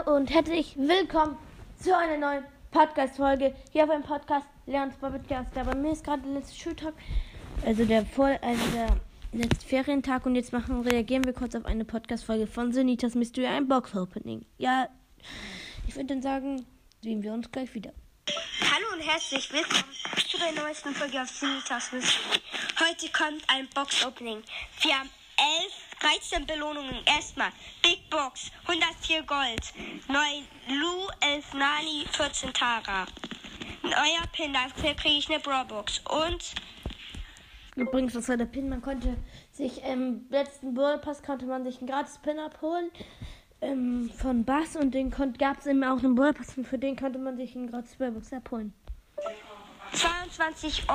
und herzlich willkommen zu einer neuen Podcast-Folge hier auf dem Podcast Leons Podcast. Bei mir ist gerade der letzte Schultag, also der letzte Ferientag, und jetzt reagieren wir kurz auf eine Podcast-Folge von Sunitas Mystery, ein Box-Opening. Ja, ich würde dann sagen, sehen wir uns gleich wieder. Hallo und herzlich willkommen zu der neuesten Folge auf Sunitas Mystery. Heute kommt ein Box-Opening. Wir haben 13 Belohnungen. Erstmal Big Box, 104 Gold, 9 Lu, 11 Nani, 14 Tara. Neuer Pin, dafür kriege ich eine Brawlbox. Und übrigens, was war der Pin? Man konnte sich im letzten Brawl Pass einen gratis Pin abholen von Bass, und den gab es eben auch einen Brawl Pass, und für den konnte man sich einen gratis Brawlbox abholen. 22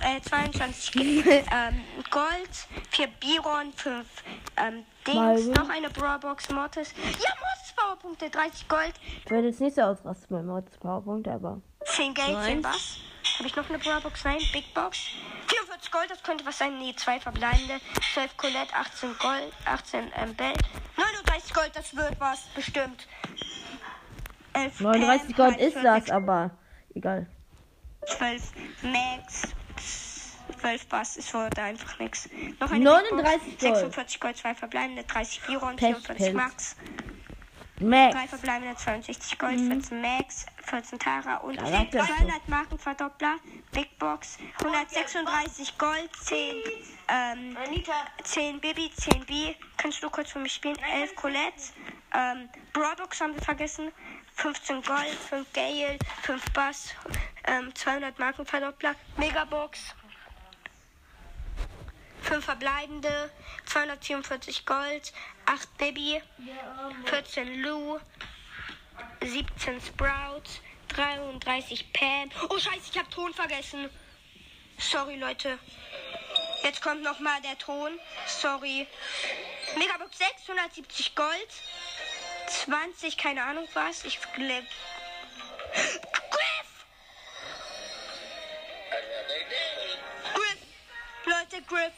Gold, 4 Biron, 5 Dings, noch eine Brawlbox, Mortis. Ja, Mortis Powerpunkte, 30 Gold. Ich werde jetzt nicht so ausrasten bei Mortis Powerpunkte, aber 10 Geld, 10 Bass. Habe ich noch eine Brawlbox? Nein, Big Box. 44 Gold, das könnte was sein. Nee, 2 verbleibende. 12 Colette, 18 Gold, 18 Bell. 39 Gold, das wird was, bestimmt. 39 Gold ist das, aber egal. 12 Max, 12 Bass, es wurde einfach nichts. Noch eine 39 Gold. 46 Gold, 2 verbleibende, 30 Biron, 44 Max. 3 verbleibende, 62 Gold, 14 Max, 14 Tara und 200 Markenverdoppler, Big Box, 136 Gold, 10 Bibi, 10 B. Kannst du kurz für mich spielen? 11 Colette, Brawlbox haben wir vergessen, 15 Gold, 5 Gale, 5 Bass, 200 Markenverdoppler, Megabox, 5 verbleibende, 244 Gold, 8 Bibi, 14 Lu, 17 Sprout, 33 Pam. Oh Scheiße, ich habe Ton vergessen. Sorry, Leute. Jetzt kommt nochmal der Ton. Sorry. Megabox 670 Gold, 20, keine Ahnung was. Ich glaube. Griff! Leute,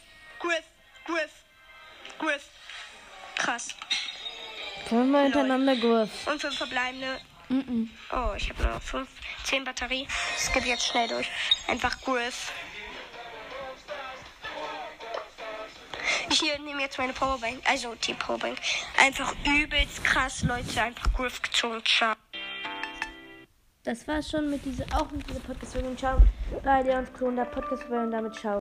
Griff. Krass. 5 hintereinander Griff. Und 5 verbleibende. Oh, ich habe noch 10 Batterie. Es geht jetzt schnell durch. Einfach Griff. Ich nehme jetzt meine Powerbank, also die Powerbank. Einfach übelst krass, Leute. Einfach Griff gezogen. Ciao. Das war's schon mit dieser Podcast-Folge. Ciao. Bei Leons Klon, der Podcast-Folge, und damit ciao.